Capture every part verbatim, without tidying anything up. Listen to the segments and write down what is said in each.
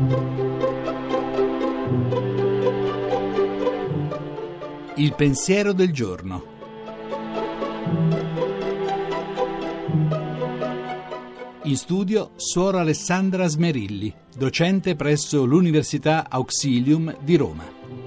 Il pensiero del giorno. In studio Suor Alessandra Smerilli, docente presso l'Università Auxilium di Roma.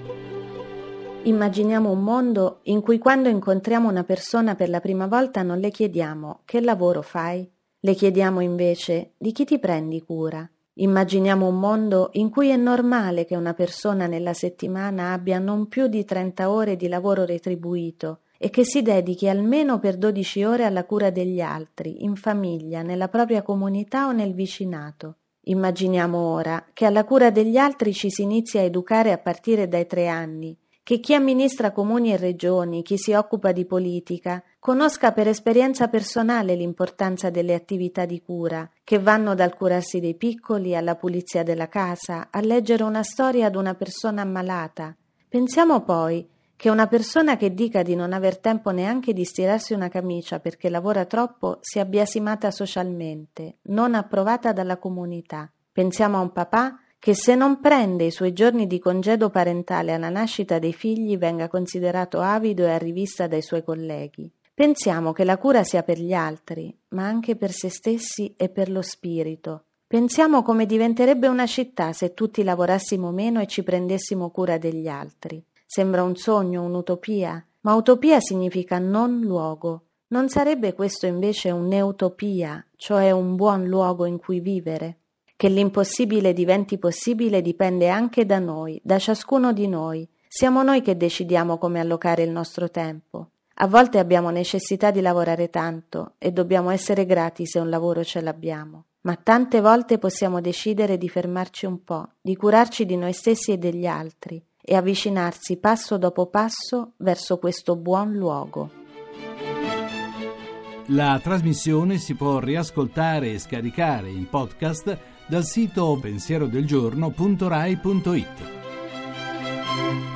Immaginiamo un mondo in cui quando incontriamo una persona per la prima volta non le chiediamo «Che lavoro fai?». Le chiediamo invece «Di chi ti prendi cura?». Immaginiamo un mondo in cui è normale che una persona nella settimana abbia non più di trenta ore di lavoro retribuito e che si dedichi almeno per dodici ore alla cura degli altri, in famiglia, nella propria comunità o nel vicinato. Immaginiamo ora che alla cura degli altri ci si inizia a educare a partire dai tre anni, che chi amministra comuni e regioni, chi si occupa di politica, conosca per esperienza personale l'importanza delle attività di cura, che vanno dal curarsi dei piccoli alla pulizia della casa, a leggere una storia ad una persona ammalata. Pensiamo poi che una persona che dica di non aver tempo neanche di stirarsi una camicia perché lavora troppo sia biasimata socialmente, non approvata dalla comunità. Pensiamo a un papà che se non prende i suoi giorni di congedo parentale alla nascita dei figli venga considerato avido e a rivista dai suoi colleghi. Pensiamo che la cura sia per gli altri, ma anche per se stessi e per lo spirito. Pensiamo come diventerebbe una città se tutti lavorassimo meno e ci prendessimo cura degli altri. Sembra un sogno, un'utopia, ma utopia significa non luogo. Non sarebbe questo invece un'eutopia, cioè un buon luogo in cui vivere? Che l'impossibile diventi possibile dipende anche da noi, da ciascuno di noi. Siamo noi che decidiamo come allocare il nostro tempo. A volte abbiamo necessità di lavorare tanto e dobbiamo essere grati se un lavoro ce l'abbiamo. Ma tante volte possiamo decidere di fermarci un po', di curarci di noi stessi e degli altri e avvicinarsi passo dopo passo verso questo buon luogo. La trasmissione si può riascoltare e scaricare in podcast dal sito pensierodelgiorno punto rai punto it.